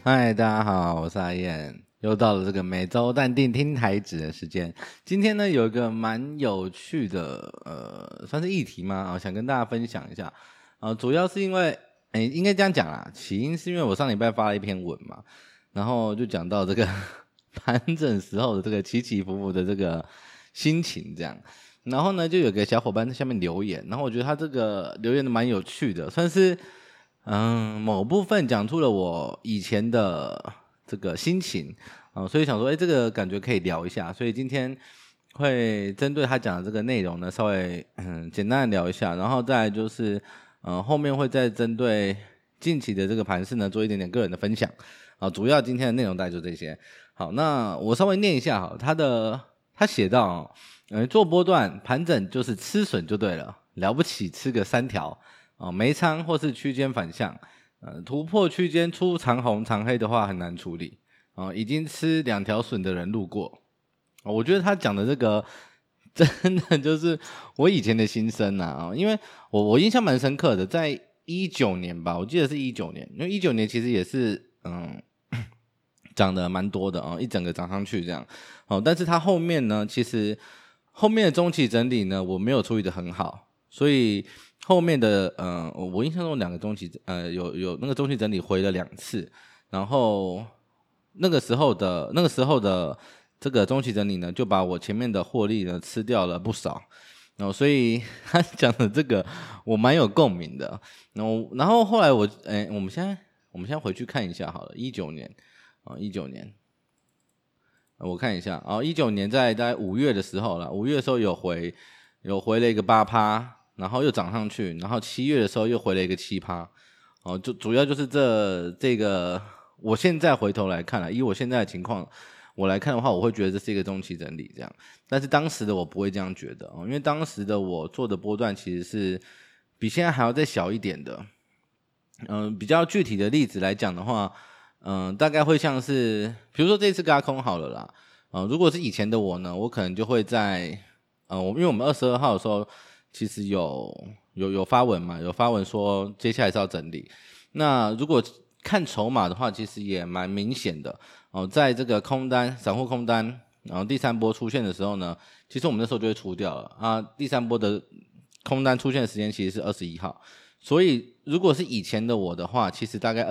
嗨，大家好，我是阿燕，又到了这个每周淡定听台指的时间。今天呢，有一个蛮有趣的算是议题吗？想跟大家分享一下。主要是因为，应该这样讲啦，起因是因为我上礼拜发了一篇文嘛，然后就讲到这个盘整时候的这个起起伏伏的这个心情这样。然后呢，就有个小伙伴在下面留言，然后我觉得他这个留言的蛮有趣的，算是某部分讲出了我以前的这个心情所以想说，这个感觉可以聊一下，所以今天会针对他讲的这个内容呢，稍微简单的聊一下，然后再来就是后面会再针对近期的这个盘势呢，做一点点个人的分享主要今天的内容大概就这些。好，那我稍微念一下好，他写到做波段盘整就是吃损就对了，了不起吃个3条没仓或是区间反向突破区间出长红长黑的话很难处理已经吃2条损的人路过我觉得他讲的这个真的就是我以前的心声因为我印象蛮深刻的，在19年吧，我记得是19年，因为19年其实也是涨得蛮多的一整个涨上去这样但是它后面呢，其实后面的中期整理呢，我没有处理得很好，所以后面的我印象中2个中期有那个中期整理回了2次，然后那个时候的这个中期整理呢，就把我前面的获利呢吃掉了不少所以他讲的这个我蛮有共鸣的然后后来我们现在回去看一下好了，19年19年我看一下19年在大概5月的时候啦，5月的时候有回了一个 8%， 然后又涨上去，然后7月的时候又回了一个 7%就主要就是这个我现在回头来看啦，以我现在的情况我来看的话，我会觉得这是一个中期整理这样，但是当时的我不会这样觉得因为当时的我做的波段其实是比现在还要再小一点的比较具体的例子来讲的话大概会像是比如说这次軋空好了啦如果是以前的我呢，我可能就会在因为我们22号的时候其实有发文嘛，有发文说接下来是要整理，那如果看筹码的话其实也蛮明显的在这个空单散户空单然后第3波出现的时候呢，其实我们那时候就会出掉了第3波的空单出现的时间其实是21号，所以如果是以前的我的话，其实大概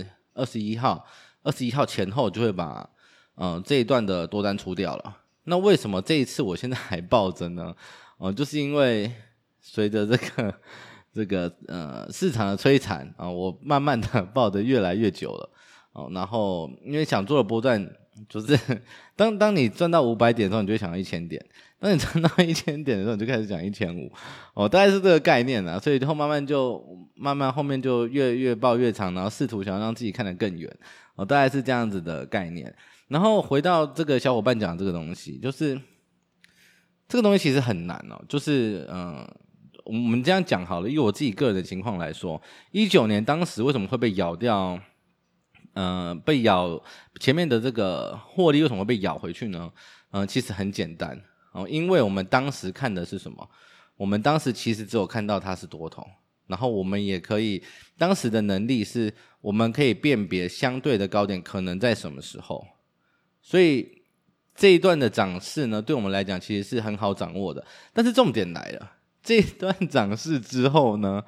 21号前后就会把这一段的多单出掉了。那为什么这一次我现在还抱着呢就是因为随着这个市场的摧残我慢慢的抱得越来越久了然后因为想做的波段就是当你赚到500点的时候，你就会想到1000点，当你赚到1000点的时候，你就开始讲1500大概是这个概念所以后慢慢后面就越抱越长，然后试图想要让自己看得更远大概是这样子的概念。然后回到这个小伙伴讲的这个东西，就是这个东西其实很难就是我们这样讲好了，以我自己个人的情况来说，19年当时为什么会被咬掉被咬前面的这个获利为什么会被咬回去呢其实很简单因为我们当时看的是什么，我们当时其实只有看到它是多头，然后我们也可以当时的能力是我们可以辨别相对的高点可能在什么时候，所以这一段的涨势呢对我们来讲其实是很好掌握的。但是重点来了，这一段涨势之后呢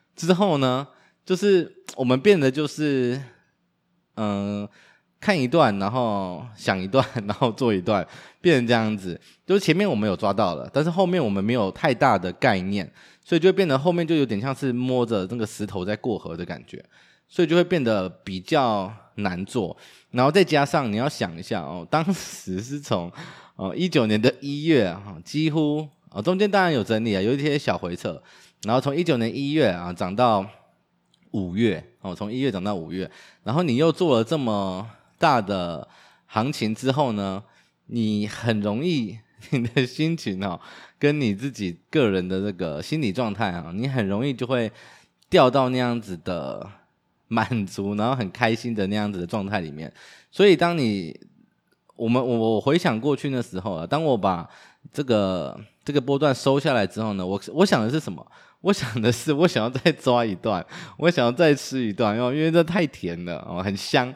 就是我们变得就是看一段然后想一段然后做一段，变成这样子，就是前面我们有抓到了，但是后面我们没有太大的概念，所以就会变得后面就有点像是摸着那个石头在过河的感觉，所以就会变得比较难做。然后再加上你要想一下当时是从19年的1月几乎中间当然有整理有一些小回撤，然后从19年1月涨到5月从1月涨到5月，然后你又做了这么大的行情之后呢，你很容易你的心情跟你自己个人的这个心理状态你很容易就会掉到那样子的满足然后很开心的那样子的状态里面。所以当我回想过去那时候当我把这个波段收下来之后呢，我想的是什么？我想的是我想要再抓一段，我想要再吃一段因为这太甜了很香，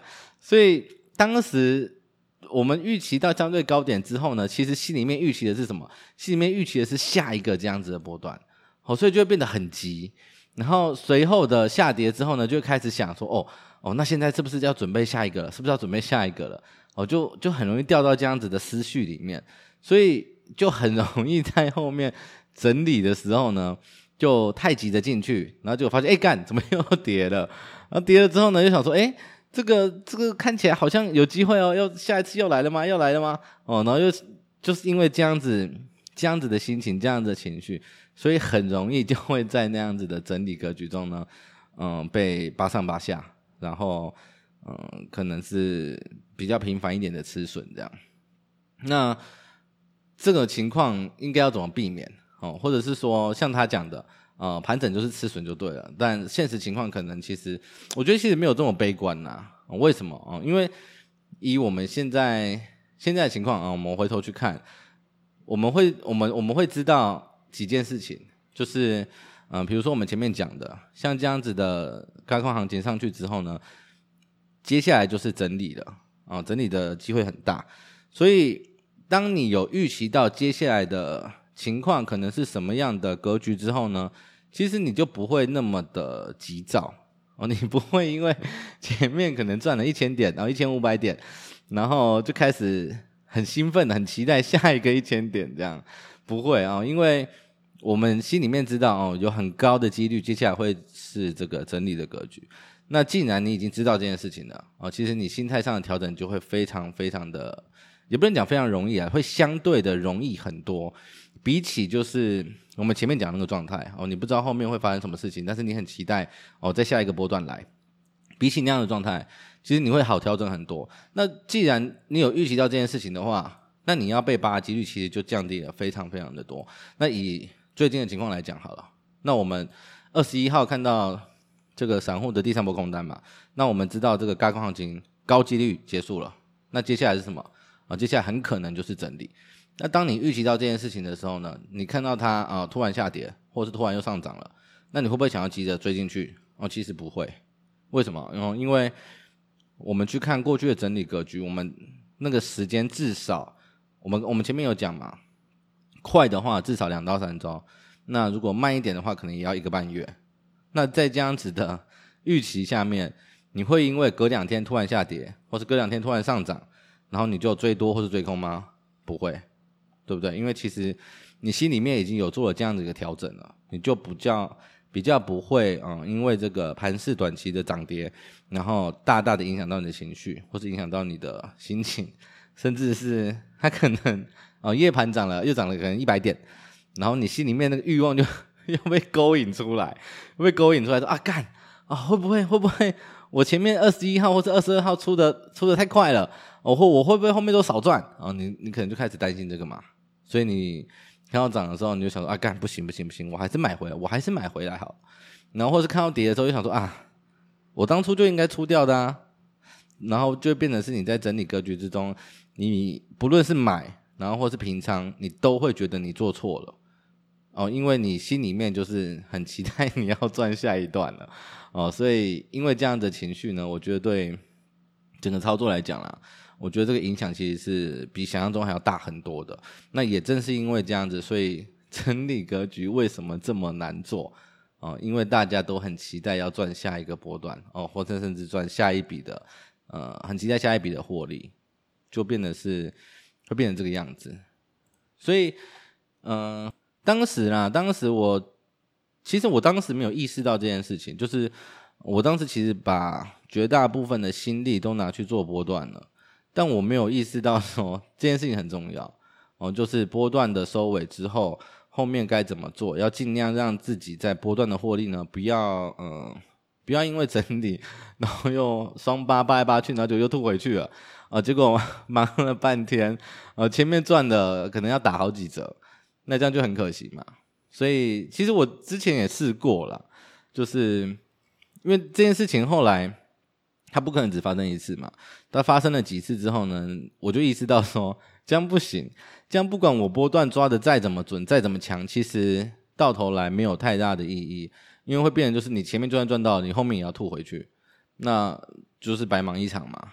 所以当时我们预期到相对高点之后呢，其实心里面预期的是什么？心里面预期的是下一个这样子的波段，所以就会变得很急。然后随后的下跌之后呢，就会开始想说，那现在是不是要准备下一个了？是不是要准备下一个了？就很容易掉到这样子的思绪里面，所以就很容易在后面整理的时候呢，就太急着进去，然后就发现，干，怎么又跌了？然后跌了之后呢，就想说，这个看起来好像有机会哦，要下一次又来了吗？要来了吗？然后就是因为这样子的心情，这样子的情绪，所以很容易就会在那样子的整理格局中呢，被扒上扒下，然后可能是比较频繁一点的吃损这样。那这个情况应该要怎么避免？或者是说像他讲的，盘整就是吃损就对了，但现实情况可能其实我觉得其实没有这么悲观呐。为什么？因为以我们现在的情况我们回头去看，我们会知道几件事情，就是比如说我们前面讲的，像这样子的高空行情上去之后呢，接下来就是整理了整理的机会很大，所以当你有预期到接下来的情况可能是什么样的格局之后呢，其实你就不会那么的急躁你不会因为前面可能赚了1000点，然后1500点，然后就开始很兴奋的很期待下一个1000点这样，不会因为我们心里面知道有很高的几率接下来会是这个整理的格局。那既然你已经知道这件事情了其实你心态上的调整就会非常非常的，也不能讲非常容易会相对的容易很多，比起就是我们前面讲那个状态你不知道后面会发生什么事情，但是你很期待在下一个波段来，比起那样的状态，其实你会好调整很多。那既然你有预期到这件事情的话，那你要被扒的几率其实就降低了非常非常的多。那以最近的情况来讲好了，那我们21号看到这个散户的第3波空单嘛，那我们知道这个高空行情高几率结束了，那接下来是什么接下来很可能就是整理。那当你预期到这件事情的时候呢，你看到它突然下跌，或是突然又上涨了，那你会不会想要急着追进去其实不会。为什么因为我们去看过去的整理格局，我们那个时间至少我们前面有讲嘛，快的话至少2到3周，那如果慢一点的话可能也要1个半月。那在这样子的预期下面，你会因为隔2天突然下跌，或是隔2天突然上涨，然后你就追多或是追空吗？不会，对不对？因为其实你心里面已经有做了这样子一个调整了，你就比较不会因为这个盘势短期的涨跌，然后大大的影响到你的情绪，或是影响到你的心情，甚至是它可能夜盘涨了，又涨了可能100点，然后你心里面那个欲望就又被勾引出来，说干会不会我前面21号或是22号出的太快了我会不会后面都少赚你可能就开始担心这个嘛。所以你看到涨的时候，你就想说干不行，我还是买回来好。然后或是看到跌的时候就想说我当初就应该出掉的然后就变成是你在整理格局之中，你不论是买然后或是平仓，你都会觉得你做错了因为你心里面就是很期待你要赚下一段了所以因为这样的情绪呢，我觉得对整个操作来讲啦，我觉得这个影响其实是比想象中还要大很多的。那也正是因为这样子，所以整理格局为什么这么难做因为大家都很期待要赚下一个波段或者甚至赚下一笔的很期待下一笔的获利，就会变成这个样子。所以当时其实我当时没有意识到这件事情，就是我当时其实把绝大部分的心力都拿去做波段了，但我没有意识到说这件事情很重要就是波段的收尾之后，后面该怎么做，要尽量让自己在波段的获利呢，不要因为整理然后又双八扒来扒去，然后就又吐回去了结果忙了半天前面赚的可能要打好几折，那这样就很可惜嘛。所以其实我之前也试过啦，就是因为这件事情后来它不可能只发生一次嘛，它发生了几次之后呢，我就意识到说这样不行，这样不管我波段抓的再怎么准再怎么强，其实到头来没有太大的意义，因为会变成就是你前面就算赚到，你后面也要吐回去，那就是白忙一场嘛。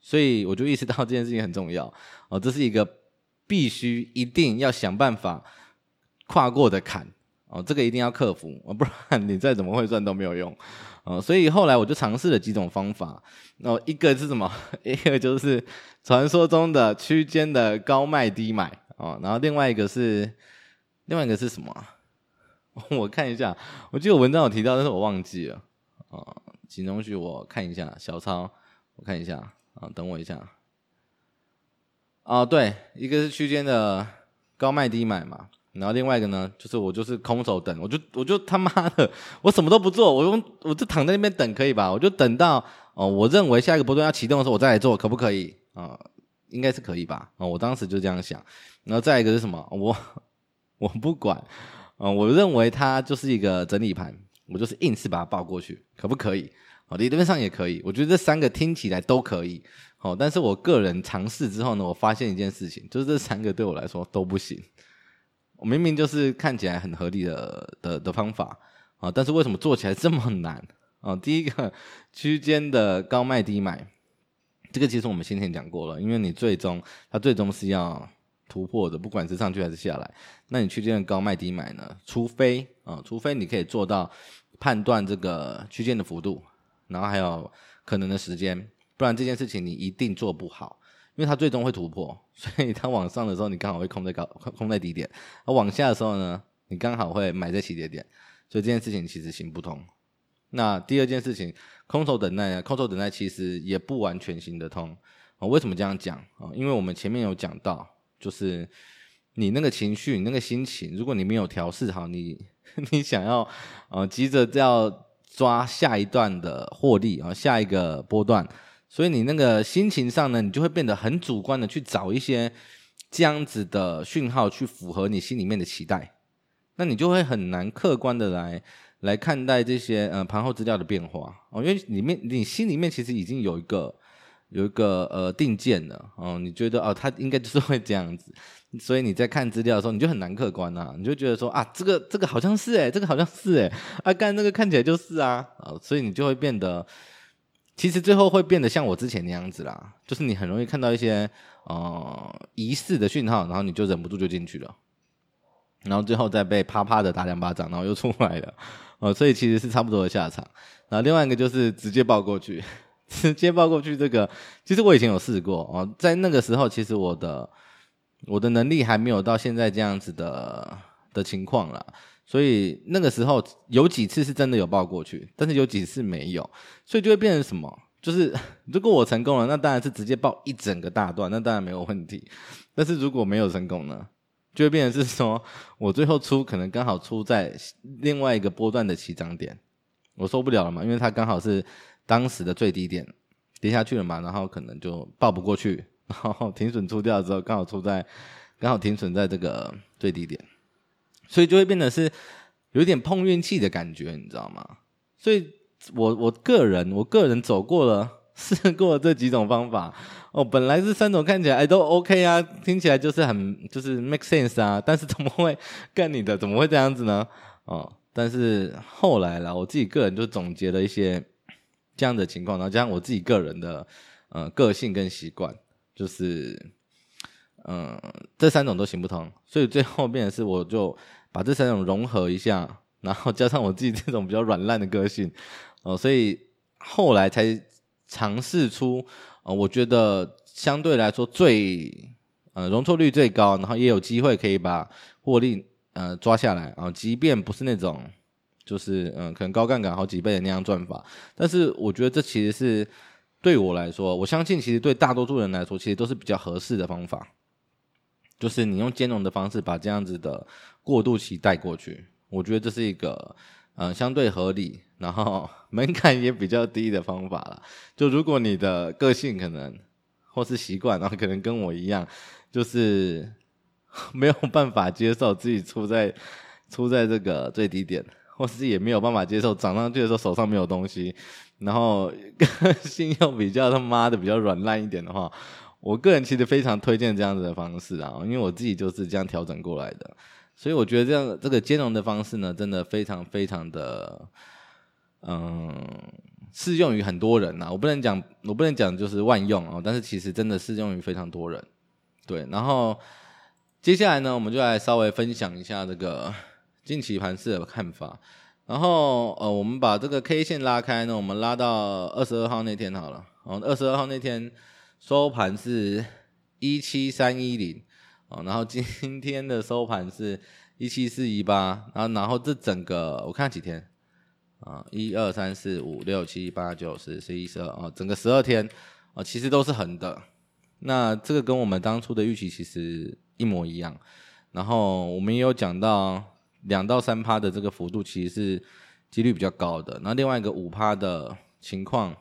所以我就意识到这件事情很重要这是一个必须一定要想办法跨过的坎这个一定要克服不然你再怎么会算都没有用所以后来我就尝试了几种方法一个是什么？一个就是传说中的区间的高卖低买然后另外一个是什么我看一下，我记得我文章有提到，但是我忘记了请容许我看一下小抄，我看一下等我一下对，一个是区间的高卖低买嘛，然后另外一个呢，就是我就是空手等，我就他妈的，我什么都不做，我就躺在那边等可以吧？我就等到我认为下一个波段要启动的时候，我再来做，可不可以应该是可以吧我当时就这样想。然后再一个是什么？我不管我认为它就是一个整理盘，我就是硬是把它抱过去，可不可以？理论上也可以，我觉得这三个听起来都可以但是我个人尝试之后呢，我发现一件事情，就是这三个对我来说都不行。我明明就是看起来很合理的方法但是为什么做起来这么难第一个区间的高卖低买，这个其实我们先前讲过了，因为你它最终是要突破的，不管是上去还是下来，那你区间的高卖低买呢，除非你可以做到判断这个区间的幅度，然后还有可能的时间，不然这件事情你一定做不好，因为它最终会突破，所以它往上的时候你刚好会空在低点，往下的时候呢，你刚好会买在起跌点，所以这件事情其实行不通。那第二件事情，空手等待其实也不完全行得通为什么这样讲因为我们前面有讲到，就是你那个情绪，你那个心情，如果你没有调试好，你想要急着要抓下一段的获利下一个波段，所以你那个心情上呢，你就会变得很主观的去找一些这样子的讯号去符合你心里面的期待，那你就会很难客观的来看待这些盘后资料的变化因为你心里面其实已经有一个定见了你觉得它应该就是会这样子，所以你在看资料的时候你就很难客观你就觉得说这个好像是这个好像是干那个看起来就是所以你就会变得，其实最后会变得像我之前那样子啦，就是你很容易看到一些疑似的讯号，然后你就忍不住就进去了，然后最后再被啪啪的打2巴掌，然后又出来了所以其实是差不多的下场。然后另外一个就是直接抱过去直接抱过去，这个其实我以前有试过在那个时候其实我的能力还没有到现在这样子的情况啦，所以那个时候有几次是真的有抱过去，但是有几次没有，所以就会变成什么，就是如果我成功了，那当然是直接抱一整个大段，那当然没有问题，但是如果没有成功呢，就会变成是说我最后可能刚好出在另外一个波段的起涨点，我受不了了嘛，因为它刚好是当时的最低点跌下去了嘛，然后可能就抱不过去，然后停损出掉之后刚好停损在这个最低点，所以就会变得是有一点碰运气的感觉，你知道吗？所以我个人走过了试过了这几种方法本来是3种看起来都 OK 听起来就是就是 make sense 但是怎么会干你的怎么会这样子呢但是后来啦，我自己个人就总结了一些这样的情况，然后加上我自己个人的个性跟习惯，就是这3种都行不通，所以最后变成是我就把这3种融合一下，然后加上我自己这种比较软烂的个性所以后来才尝试出我觉得相对来说最容错率最高，然后也有机会可以把获利抓下来即便不是那种就是可能高杠杆好几倍的那样赚法，但是我觉得这其实是对我来说，我相信其实对大多数人来说其实都是比较合适的方法，就是你用兼容的方式把这样子的过渡期带过去，我觉得这是一个相对合理，然后门槛也比较低的方法啦。就如果你的个性可能或是习惯，然后可能跟我一样，就是没有办法接受自己出在这个最低点，或是也没有办法接受涨上去的时候手上没有东西，然后个性又比较他妈的比较软烂一点的话，我个人其实非常推荐这样子的方式因为我自己就是这样调整过来的，所以我觉得这个兼容的方式呢，真的非常非常的适用于很多人我不能讲就是万用但是其实真的适用于非常多人。对，然后接下来呢，我们就来稍微分享一下这个近期盘势的看法。然后我们把这个 K 线拉开呢，我们拉到22号那天好了。22号那天收盘是17310然后今天的收盘是17418，然后这整个我看几天1、2、3、4、5、6、7、8、9、10、11、12整个12天其实都是横的。那这个跟我们当初的预期其实一模一样。然后我们也有讲到2到3%的这个幅度其实是几率比较高的。那另外一个5%的情况，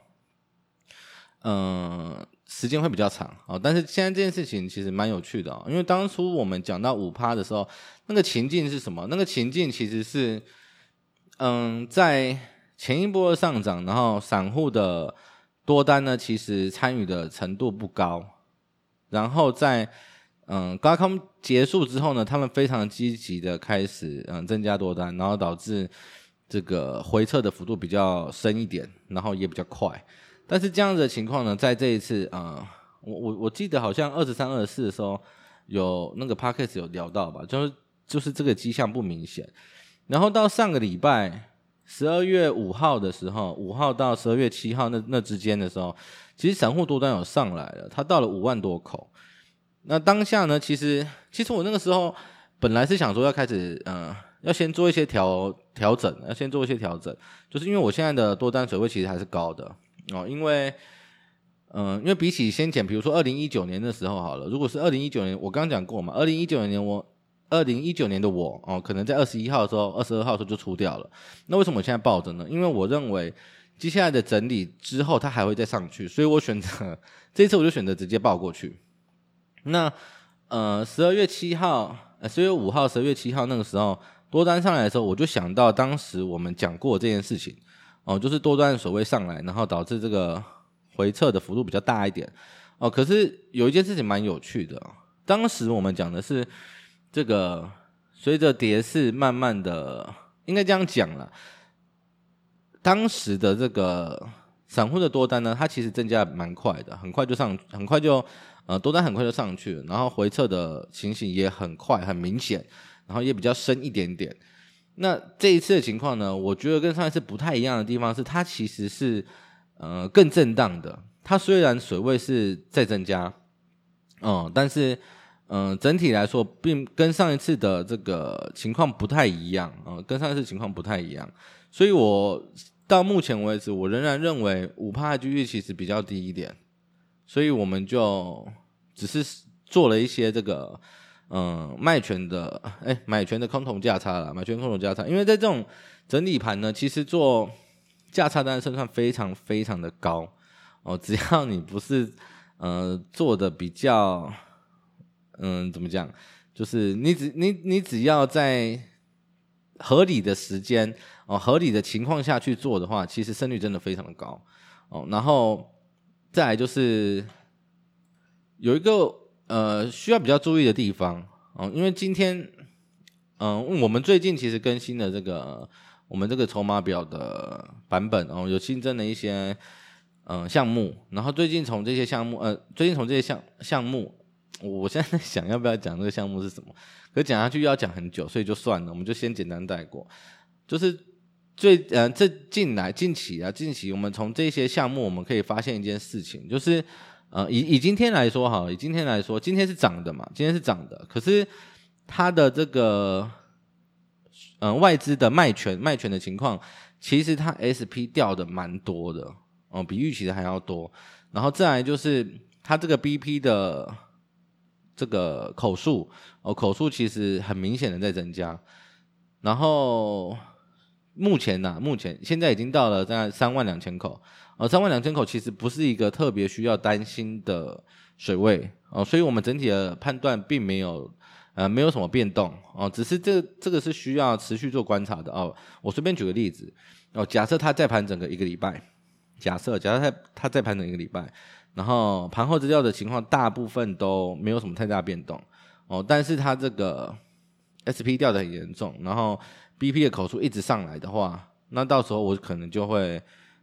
时间会比较长但是现在这件事情其实蛮有趣的因为当初我们讲到5%的时候，那个情境是什么？那个情境其实是在前一波的上涨，然后散户的多单呢，其实参与的程度不高，然后在高空结束之后呢，他们非常积极的开始增加多单，然后导致这个回撤的幅度比较深一点，然后也比较快。但是这样子的情况呢，在这一次我记得好像23、24的时候有那个 podcast 有聊到吧，就是这个迹象不明显。然后到上个礼拜12月5号的时候，5号到12月7号那之间的时候，其实散户多单有上来了，它到了5万多口。那当下呢，其实我那个时候本来是想说要开始要先做一些调整，就是因为我现在的多单水位其实还是高的因为比起先前比如说2019年的时候好了，如果是2019年，我刚讲过嘛，2019年的我可能在21号的时候、22号的时候就出掉了。那为什么我现在抱着呢？因为我认为接下来的整理之后它还会再上去，所以我选择这一次我就选择直接抱过去。那12月5号、12月7号那个时候多单上来的时候，我就想到当时我们讲过这件事情就是多单水位上来，然后导致这个回撤的幅度比较大一点可是有一件事情蛮有趣的当时我们讲的是这个随着跌势慢慢的，应该这样讲啦，当时的这个散户的多单呢，它其实增加蛮快的，很快就多单很快就上去了，然后回撤的情形也很快很明显，然后也比较深一点点。那这一次的情况呢，我觉得跟上一次不太一样的地方是，它其实是更震荡的。它虽然水位是在增加但是整体来说并跟上一次的这个情况不太一样所以我到目前为止我仍然认为 5% 的几率其实比较低一点，所以我们就只是做了一些这个买权的空头价差啦，因为在这种整理盘呢，其实做价差单胜算非常非常的高只要你不是做的比较怎么讲，就是你只要在合理的时间合理的情况下去做的话，其实胜率真的非常的高然后再来就是有一个需要比较注意的地方因为今天我们最近其实更新了这个我们这个筹码表的版本有新增了一些项目，然后最近从这些项目我现在在想要不要讲这个项目是什么，可讲下去要讲很久，所以就算了，我们就先简单带过。就是近期我们从这些项目我们可以发现一件事情，就是以今天来说今天是涨的嘛，可是它的这个外资的卖权的情况，其实它 SP 掉的蛮多的比预期的还要多。然后再来就是它这个 BP 的这个口数其实很明显的在增加。然后目前现在已经到了在32000口32000口其实不是一个特别需要担心的水位所以我们整体的判断并没有什么变动只是这个是需要持续做观察的我随便举个例子假设它再盘整个一个礼拜，假设它再盘整一个礼拜，然后盘后资料的情况大部分都没有什么太大变动但是它这个 SP 掉得很严重，然后 BP 的口数一直上来的话，那到时候我可能就会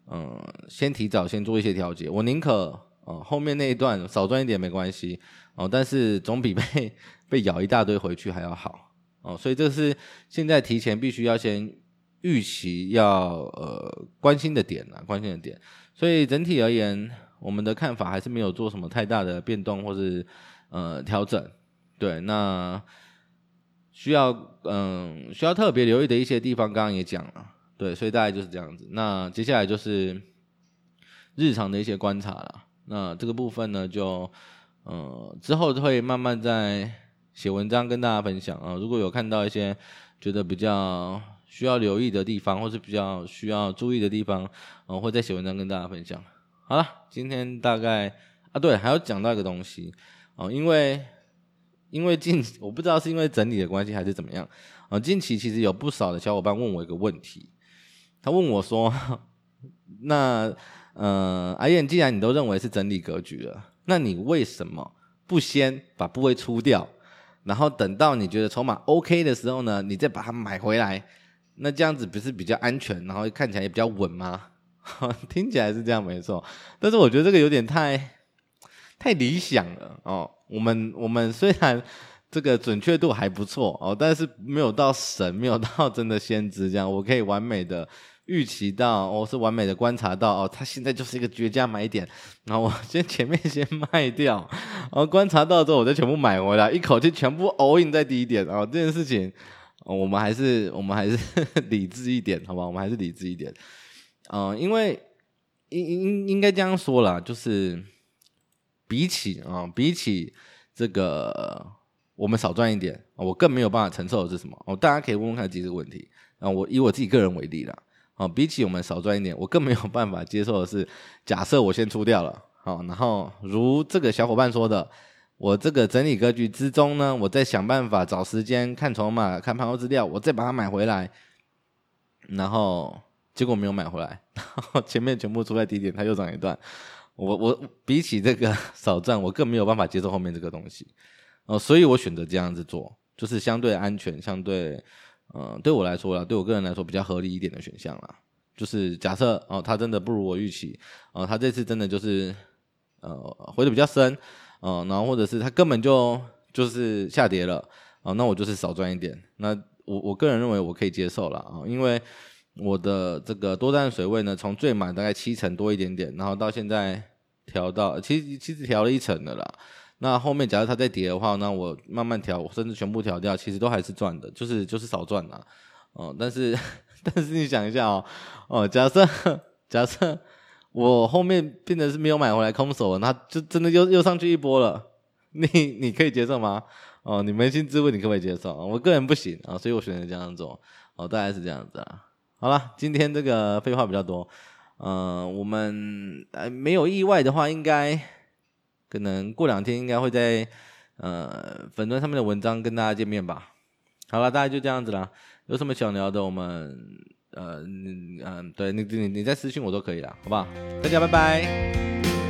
先提早先做一些调节，我宁可后面那一段少赚一点没关系但是总比被咬一大堆回去还要好所以这是现在提前必须要先预期要关心的点关心的点。所以整体而言，我们的看法还是没有做什么太大的变动或是调整。对，那需要特别留意的一些地方，刚刚也讲了。对，所以大概就是这样子。那接下来就是日常的一些观察啦。那这个部分呢，就之后会慢慢在写文章跟大家分享如果有看到一些觉得比较需要留意的地方，或是比较需要注意的地方会再写文章跟大家分享。好了，今天大概对，还要讲到一个东西因为我不知道是因为整理的关系还是怎么样近期其实有不少的小伙伴问我一个问题，他问我说那阿燕，既然你都认为是整理格局了，那你为什么不先把部位出掉，然后等到你觉得筹码 OK 的时候呢，你再把它买回来？那这样子不是比较安全，然后看起来也比较稳吗？听起来是这样没错，但是我觉得这个有点太理想了我们虽然这个准确度还不错但是没有到神，没有到真的先知这样，我可以完美的预期到是完美的观察到它现在就是一个绝佳买点，然后我前面先卖掉，然后观察到之后我再全部买回来，一口气全部 all in 在低点这件事情我们还是理智一点，好吧？我们还是理智一点因为应该这样说啦，就是比起这个我们少赚一点我更没有办法承受的是什么大家可以问问看自己这个问题我以我自己个人为例啦比起我们少赚一点，我更没有办法接受的是，假设我先出掉了然后如这个小伙伴说的，我这个整理格局之中呢，我再想办法找时间看筹码、看盘后资料，我再把它买回来，然后结果没有买回来，然后前面全部出在低点，它又涨一段。我比起这个少赚，我更没有办法接受后面这个东西所以我选择这样子做，就是相对安全，相对对我来说啦，对我个人来说比较合理一点的选项啦。就是假设它真的不如我预期它这次真的就是回的比较深然后或者是它根本就是下跌了那我就是少赚一点。那我个人认为我可以接受啦因为我的这个多单水位呢，从最满大概70%多一点点，然后到现在调到其实调了1成的啦。那后面假如它再跌的话，那我慢慢调，甚至全部调掉，其实都还是赚的，就是少赚啦但是你想一下假设我后面变成是没有买回来空手了，那就真的又上去一波了，你可以接受吗？你扪心自问，你可不可以接受我个人不行所以我选择这样做大概是这样子好了，今天这个废话比较多我们没有意外的话，应该可能过2天应该会在粉专上面的文章跟大家见面吧。好了，大概就这样子啦。有什么想聊的，我们对你在私讯我都可以啦，好不好？大家拜拜。